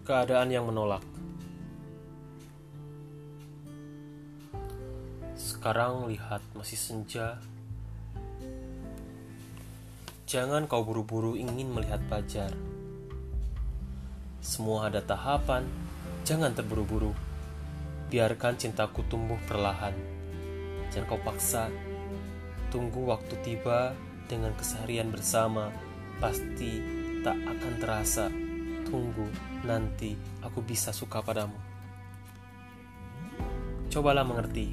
Keadaan yang menolak. Sekarang lihat masih senja. Jangan kau buru-buru ingin melihat fajar. Semua ada tahapan, jangan terburu-buru. Biarkan cintaku tumbuh perlahan. Jangan kau paksa. Tunggu waktu tiba, dengan keseharian bersama pasti tak akan terasa. Tunggu, nanti aku bisa suka padamu. Cobalah mengerti.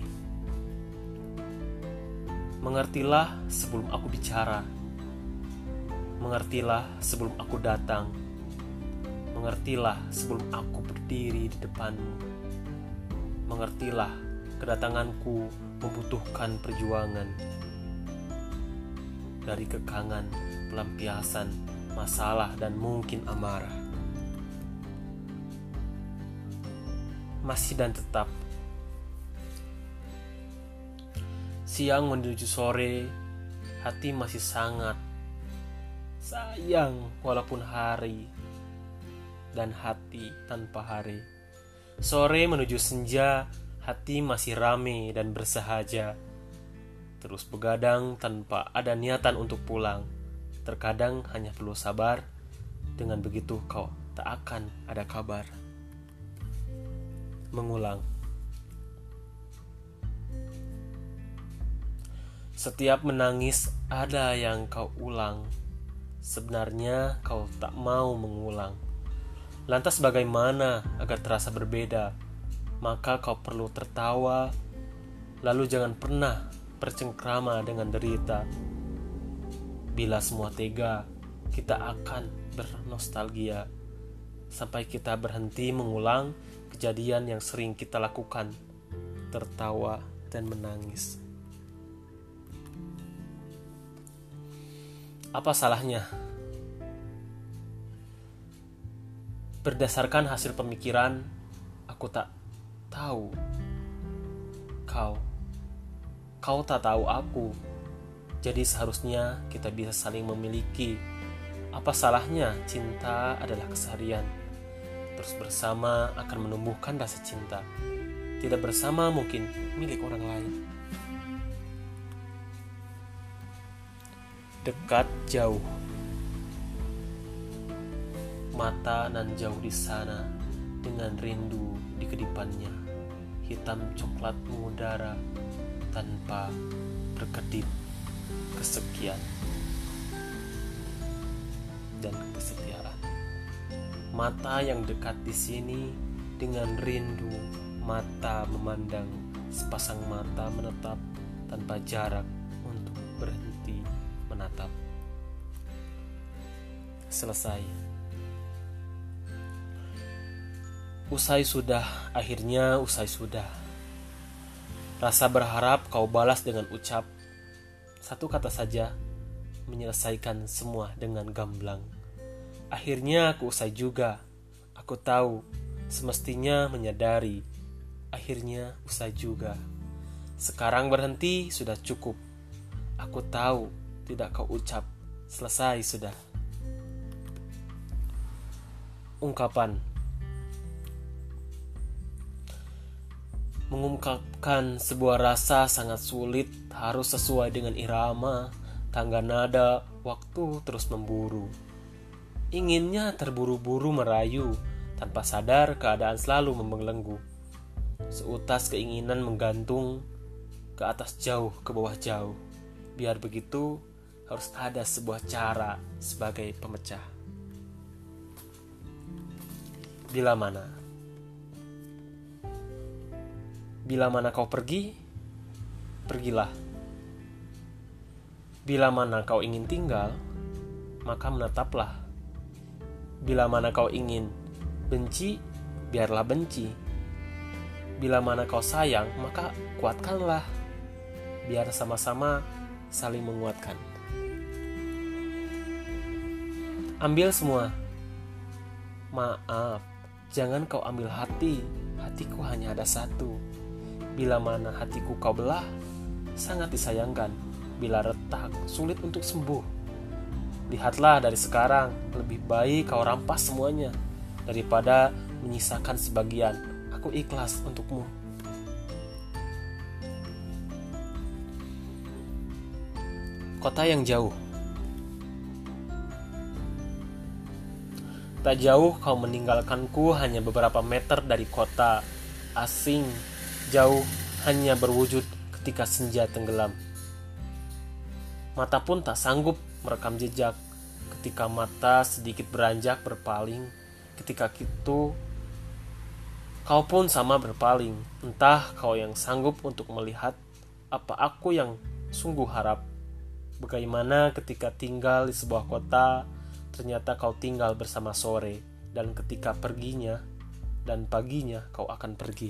Mengertilah sebelum aku bicara. Mengertilah sebelum aku datang. Mengertilah sebelum aku berdiri di depanmu. Mengertilah kedatanganku membutuhkan perjuangan. Dari kekangan, pelampiasan, masalah, dan mungkin amarah. Masih dan tetap. Siang menuju sore, hati masih sangat sayang walaupun hari, dan hati tanpa hari. Sore menuju senja, hati masih rame dan bersahaja. Terus begadang tanpa ada niatan untuk pulang. Terkadang hanya perlu sabar. Dengan begitu kau tak akan ada kabar. Mengulang. Setiap menangis ada yang kau ulang. Sebenarnya kau tak mau mengulang. Lantas bagaimana agar terasa berbeda? Maka kau perlu tertawa. Lalu jangan pernah bercengkrama dengan derita. Bila semua tega, kita akan bernostalgia sampai kita berhenti mengulang kejadian yang sering kita lakukan, tertawa dan menangis. Apa salahnya? Berdasarkan hasil pemikiran, aku tak tahu Kau tak tahu aku. Jadi seharusnya kita bisa saling memiliki. Apa salahnya cinta adalah keseharian. Terus bersama akan menumbuhkan rasa cinta. Tidak bersama mungkin milik orang lain. Dekat jauh. Mata nan jauh di sana dengan rindu di kedipannya. Hitam coklat mengudara tanpa berkedip kesekian dan kesetiaan. Mata yang dekat di sini dengan rindu, mata memandang, sepasang mata menetap tanpa jarak untuk berhenti menatap. Selesai. Usai sudah, akhirnya usai sudah. Rasa berharap kau balas dengan ucap satu kata saja, menyelesaikan semua dengan gamblang. Akhirnya aku usai juga. Aku tahu, semestinya menyadari. Akhirnya usai juga. Sekarang berhenti sudah cukup. Aku tahu, tidak kau ucap. Selesai sudah. Ungkapan. Mengungkapkan sebuah rasa sangat sulit, harus sesuai dengan irama, tangga nada, waktu terus memburu. Inginnya terburu-buru merayu, tanpa sadar keadaan selalu membelenggu. Seutas keinginan menggantung, ke atas jauh, ke bawah jauh. Biar begitu, harus ada sebuah cara sebagai pemecah. Bila mana? Bila mana kau pergi, pergilah. Bila mana kau ingin tinggal, maka menetaplah. Bila mana kau ingin benci, biarlah benci. Bila mana kau sayang, maka kuatkanlah. Biar sama-sama saling menguatkan. Ambil semua. Maaf, jangan kau ambil hati. Hatiku hanya ada satu. Bila mana hatiku kau belah, sangat disayangkan. Bila retak, sulit untuk sembuh. Lihatlah dari sekarang, lebih baik kau rampas semuanya daripada menyisakan sebagian. Aku ikhlas untukmu. Kota yang jauh. Tak jauh kau meninggalkanku, hanya beberapa meter dari kota asing. Jauh hanya berwujud ketika senja tenggelam. Mata pun tak sanggup merekam jejak. Ketika mata sedikit beranjak berpaling, ketika itu kau pun sama berpaling. Entah kau yang sanggup untuk melihat apa aku yang sungguh harap. Bagaimana ketika tinggal di sebuah kota, ternyata kau tinggal bersama sore, dan ketika perginya dan paginya kau akan pergi.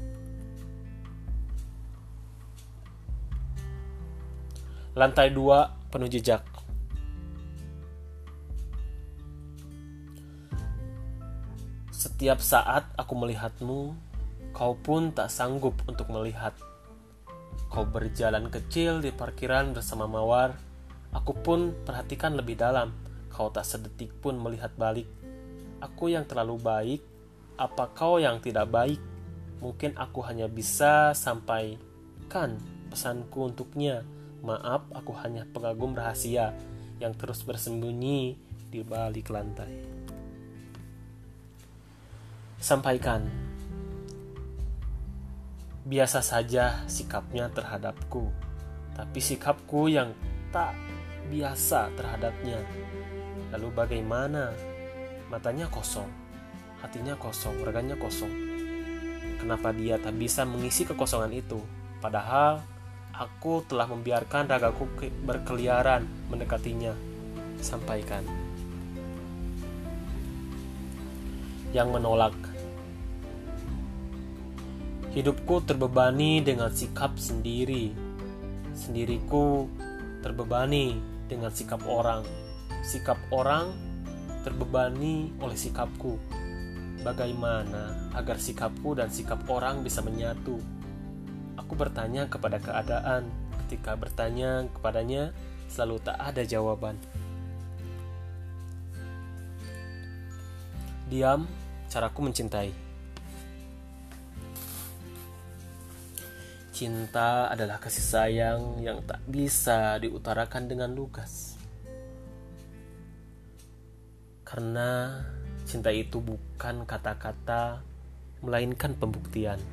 Lantai 2 penuh jejak. Setiap saat aku melihatmu, kau pun tak sanggup untuk melihat. Kau berjalan kecil di parkiran bersama mawar. Aku pun perhatikan lebih dalam. Kau tak sedetik pun melihat balik. Aku yang terlalu baik, apa kau yang tidak baik? Mungkin aku hanya bisa sampaikan pesanku untuknya. Maaf, aku hanya pengagum rahasia yang terus bersembunyi di balik lantai. Sampaikan. Biasa saja sikapnya terhadapku, tapi sikapku yang tak biasa terhadapnya. Lalu bagaimana? Matanya kosong, hatinya kosong, raganya kosong. Kenapa dia tak bisa mengisi kekosongan itu? Padahal aku telah membiarkan ragaku berkeliaran mendekatinya. Sampaikan. Yang menolak. Hidupku terbebani dengan sikap sendiri. Sendiriku terbebani dengan sikap orang. Sikap orang terbebani oleh sikapku. Bagaimana agar sikapku dan sikap orang bisa menyatu? Aku bertanya kepada keadaan. Ketika bertanya kepadanya, selalu tak ada jawaban. Diam, caraku mencintai. Cinta adalah kasih sayang yang tak bisa diutarakan dengan lugas. Karena cinta itu bukan kata-kata, melainkan pembuktian.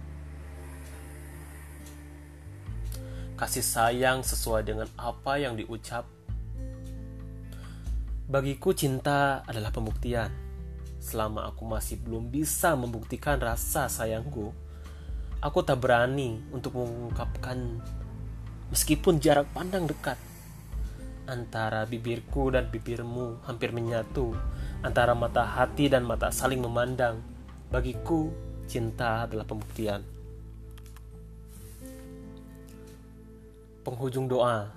Kasih sayang sesuai dengan apa yang diucap. Bagiku cinta adalah pembuktian. Selama aku masih belum bisa membuktikan rasa sayangku, aku tak berani untuk mengungkapkan meskipun jarak pandang dekat. Antara bibirku dan bibirmu hampir menyatu. Antara mata hati dan mata saling memandang. Bagiku, cinta adalah pembuktian. Penghujung doa.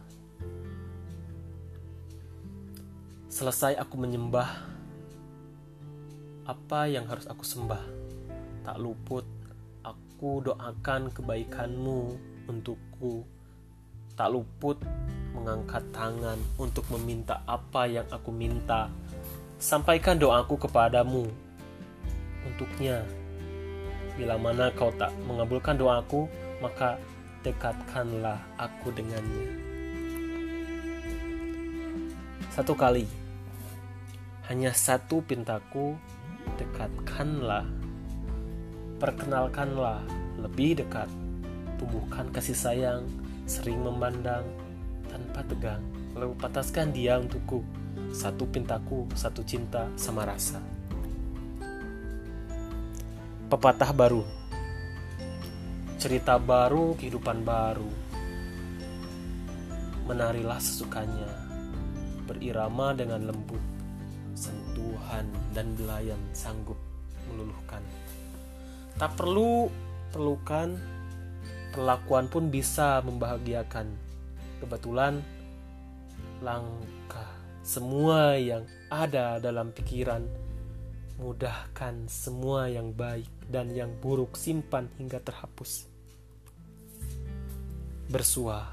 Selesai aku menyembah apa yang harus aku sembah. Tak luput aku doakan kebaikanmu untukku. Tak luput mengangkat tangan untuk meminta apa yang aku minta. Sampaikan doaku kepadamu untuknya. Bila mana kau tak mengabulkan doaku, maka dekatkanlah aku dengannya. Satu kali, hanya satu pintaku, dekatkanlah. Perkenalkanlah lebih dekat. Tumbuhkan kasih sayang, sering memandang tanpa tegang. Lalu pataskan dia untukku. Satu pintaku, satu cinta sama rasa. Pepatah baru. Cerita baru, kehidupan baru. Menarilah sesukanya, berirama dengan lembut. Sentuhan dan belayan sanggup meluluhkan. Tak perlu pelukan, perlakuan pun bisa membahagiakan. Kebetulan langkah semua yang ada dalam pikiran. Mudahkan semua yang baik dan yang buruk simpan hingga terhapus. Bersua.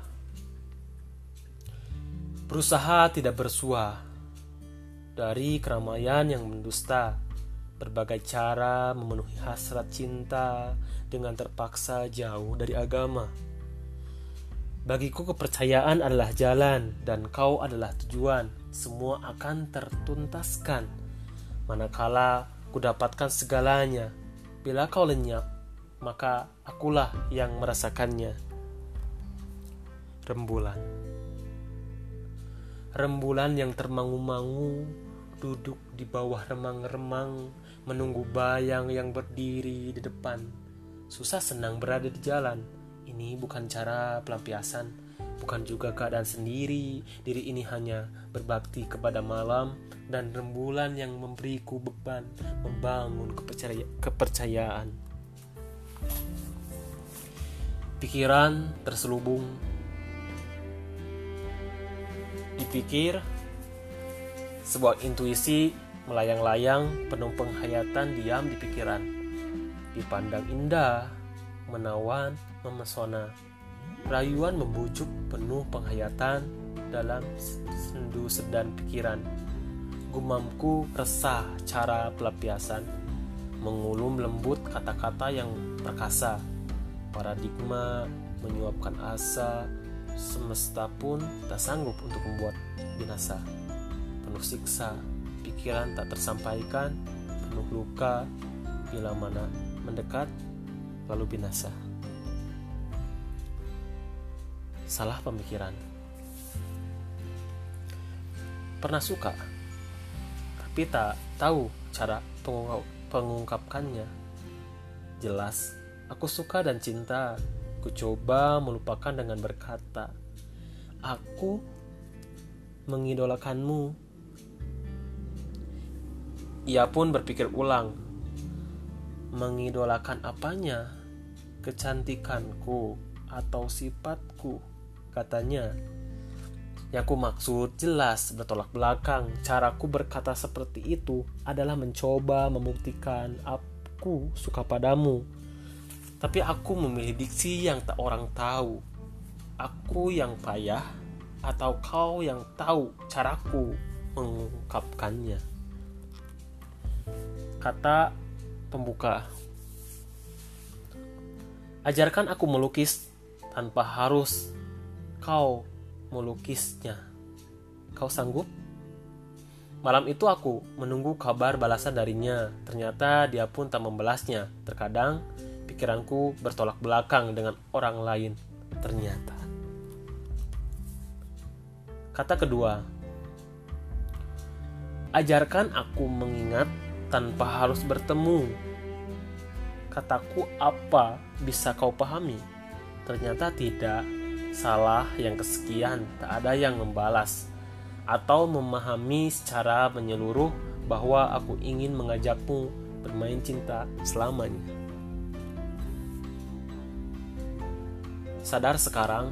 Berusaha tidak bersua dari keramaian yang mendusta. berbagai cara memenuhi hasrat cinta dengan terpaksa jauh dari agama. Bagiku kepercayaan adalah jalan dan kau adalah tujuan. Semua akan tertuntaskan manakala ku dapatkan segalanya. Bila kau lenyap, maka akulah yang merasakannya. Rembulan yang termangu-mangu duduk di bawah remang-remang, menunggu bayang yang berdiri di depan. Susah senang berada di jalan. Ini bukan cara pelampiasan, bukan juga keadaan sendiri. Diri ini hanya berbakti kepada malam dan rembulan yang memberiku beban membangun kepercayaan. Pikiran terselubung. Dipikir, sebuah intuisi melayang-layang penuh penghayatan diam di pikiran. Dipandang indah, menawan, memesona. Rayuan membujuk penuh penghayatan dalam sendu sedan pikiran. Gumamku resah cara pelampiasan, mengulum lembut kata-kata yang perkasa. Paradigma menyuapkan asa, semesta pun tak sanggup untuk membuat binasa. Penuh siksa, pikiran tak tersampaikan, penuh luka, bila mana mendekat lalu binasa. Salah pemikiran. Pernah suka, tapi tak tahu cara pengungkapkannya. Jelas, aku suka dan cinta. Ku coba melupakan dengan berkata, aku mengidolakanmu. Ia pun berpikir ulang, mengidolakan apanya? Kecantikanku atau sifatku? Katanya. Yang ku maksud jelas bertolak belakang. Caraku berkata seperti itu adalah mencoba membuktikan aku suka padamu. Tapi aku memilih diksi yang tak orang tahu. Aku yang payah atau kau yang tahu caraku mengungkapkannya. Kata pembuka. Ajarkan aku melukis tanpa harus kau melukisnya. Kau sanggup? Malam itu aku menunggu kabar balasan darinya. Ternyata dia pun tak membalasnya. Terkadang pikiranku bertolak belakang dengan orang lain. Ternyata. Kata kedua. Ajarkan aku mengingat tanpa harus bertemu. Kataku apa bisa kau pahami? Ternyata tidak. Salah yang kesekian, tak ada yang membalas atau memahami secara menyeluruh bahwa aku ingin mengajakmu bermain cinta selamanya. Sadar sekarang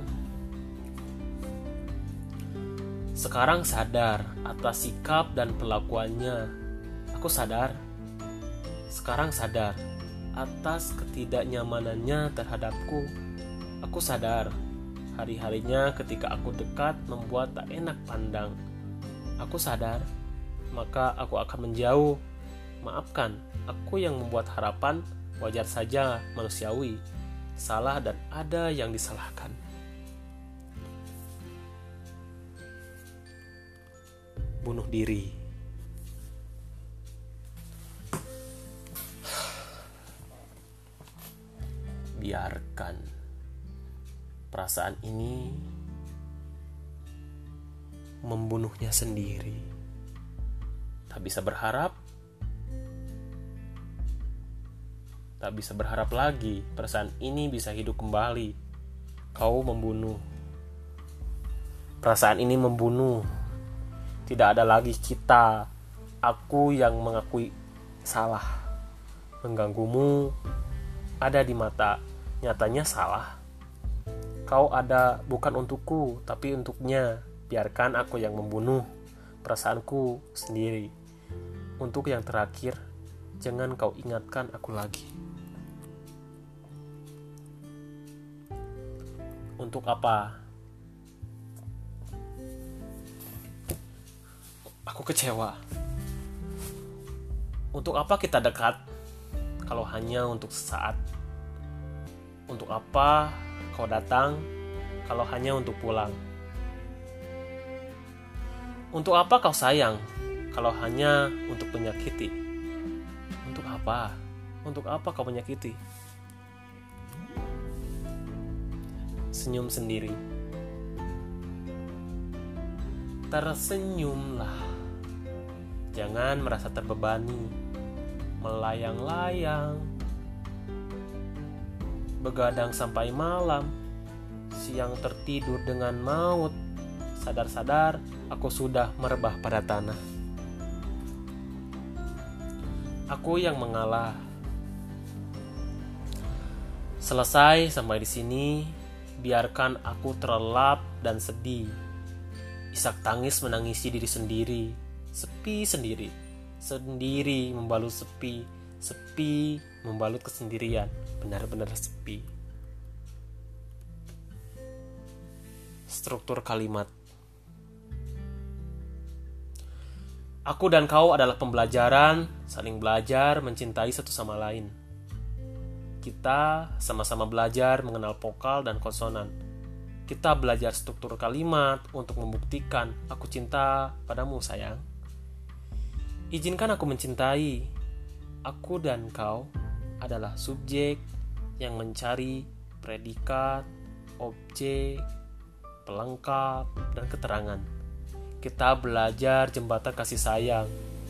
sadar atas sikap dan perlakuannya. Aku sadar. Sekarang sadar atas ketidaknyamanannya terhadapku. Aku sadar hari-harinya ketika aku dekat membuat tak enak pandang. Aku sadar, maka aku akan menjauh. Maafkan, aku yang membuat harapan wajar saja manusiawi. Salah dan ada yang disalahkan. Bunuh diri. Biarkan perasaan ini membunuhnya sendiri. Tak bisa berharap lagi perasaan ini bisa hidup kembali. Kau membunuh. Perasaan ini membunuh. Tidak ada lagi kita. Aku yang mengakui salah. Mengganggumu ada di mata. Nyatanya salah. Kau ada bukan untukku, tapi untuknya. Biarkan aku yang membunuh perasaanku sendiri. Untuk yang terakhir, jangan kau ingatkan aku lagi. Untuk apa? Aku kecewa. Untuk apa kita dekat kalau hanya untuk sesaat? Untuk apa kau datang kalau hanya untuk pulang? Untuk apa kau sayang kalau hanya untuk menyakiti? Untuk apa? Untuk apa kau menyakiti? Senyum sendiri. Tersenyumlah. Jangan merasa terbebani. Melayang-layang, begadang sampai malam, siang tertidur dengan maut. Sadar-sadar aku sudah merebah pada tanah. Aku yang mengalah. Selesai sampai di sini, biarkan aku terlelap dan sedih. Isak tangis menangisi diri sendiri, sepi sendiri. Sendiri membalut sepi, sepi membalut kesendirian, benar-benar sepi. Struktur kalimat. Aku dan kau adalah pembelajaran, saling belajar mencintai satu sama lain. Kita sama-sama belajar mengenal vokal dan konsonan. Kita belajar struktur kalimat untuk membuktikan aku cinta padamu sayang. Izinkan aku mencintai. Aku dan kau adalah subjek yang mencari predikat, objek, pelengkap, dan keterangan. Kita belajar jembatan kasih sayang.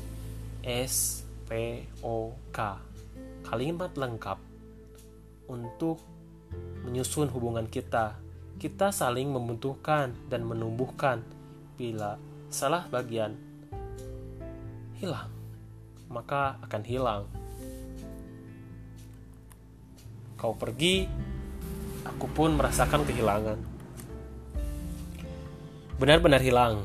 SPOK. Kalimat lengkap untuk menyusun hubungan kita. Kita saling membutuhkan dan menumbuhkan. Bila salah bagian hilang, maka akan hilang. Kau pergi, aku pun merasakan kehilangan. Benar-benar hilang.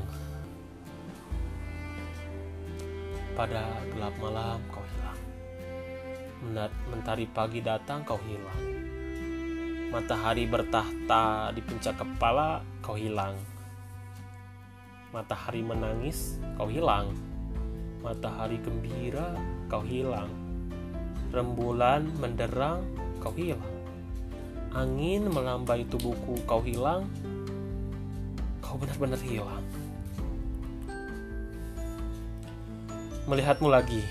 Pada gelap malam kau hilang. Mentari pagi datang kau hilang. Matahari bertahta di puncak kepala kau hilang. Matahari menangis kau hilang. Matahari gembira, kau hilang. Rembulan menderang, kau hilang. Angin melambai tubuhku, kau hilang. Kau benar-benar hilang. Melihatmu lagi.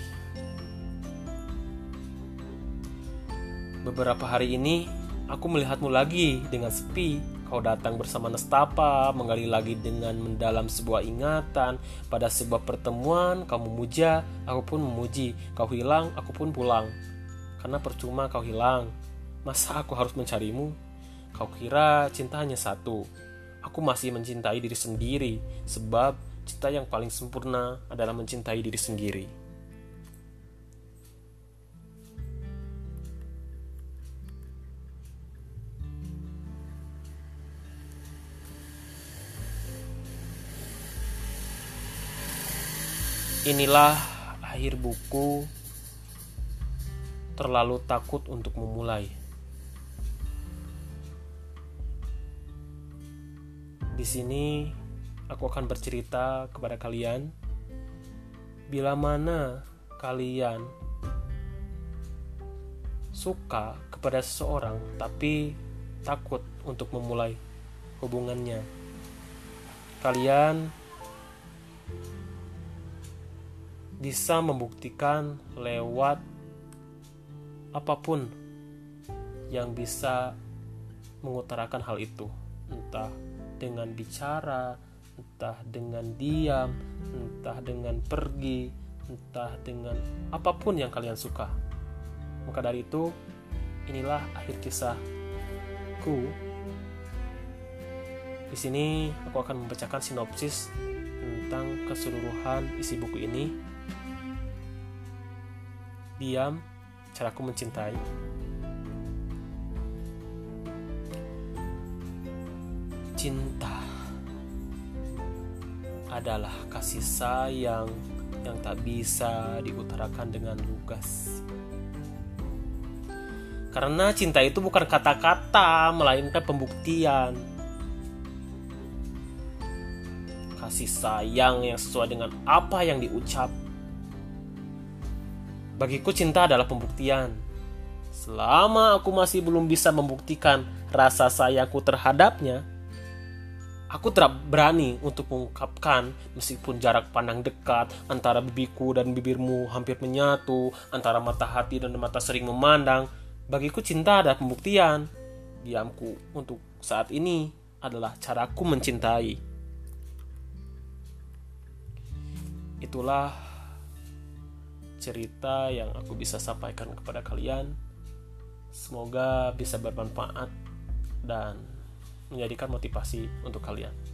Beberapa hari ini, aku melihatmu lagi dengan sepi. Kau datang bersama nestapa, menggali lagi dengan mendalam sebuah ingatan. Pada sebuah pertemuan, kau memuja, aku pun memuji. Kau hilang, aku pun pulang. Karena percuma kau hilang. Masa aku harus mencarimu? Kau kira cinta hanya satu. Aku masih mencintai diri sendiri. Sebab cinta yang paling sempurna adalah mencintai diri sendiri. Inilah akhir buku Terlalu Takut untuk Memulai. Di sini aku akan bercerita kepada kalian bila mana kalian suka kepada seseorang tapi takut untuk memulai hubungannya. Kalian bisa membuktikan lewat apapun yang bisa mengutarakan hal itu, entah dengan bicara, entah dengan diam, entah dengan pergi, entah dengan apapun yang kalian suka. Maka dari itu, inilah akhir kisahku. Di sini aku akan membacakan sinopsis tentang keseluruhan isi buku ini. Diam, caraku mencintai. Cinta adalah kasih sayang yang tak bisa diutarakan dengan lugas. Karena cinta itu bukan kata-kata, melainkan pembuktian. Kasih sayang yang sesuai dengan apa yang diucap. Bagiku cinta adalah pembuktian. Selama aku masih belum bisa membuktikan rasa sayangku terhadapnya, aku tidak berani untuk mengungkapkan. Meskipun jarak pandang dekat antara bibiku dan bibirmu hampir menyatu, antara mata hati dan mata sering memandang, bagiku cinta adalah pembuktian. Diamku untuk saat ini adalah caraku mencintai. Itulah cerita yang aku bisa sampaikan kepada kalian. Semoga bisa bermanfaat dan menjadikan motivasi untuk kalian.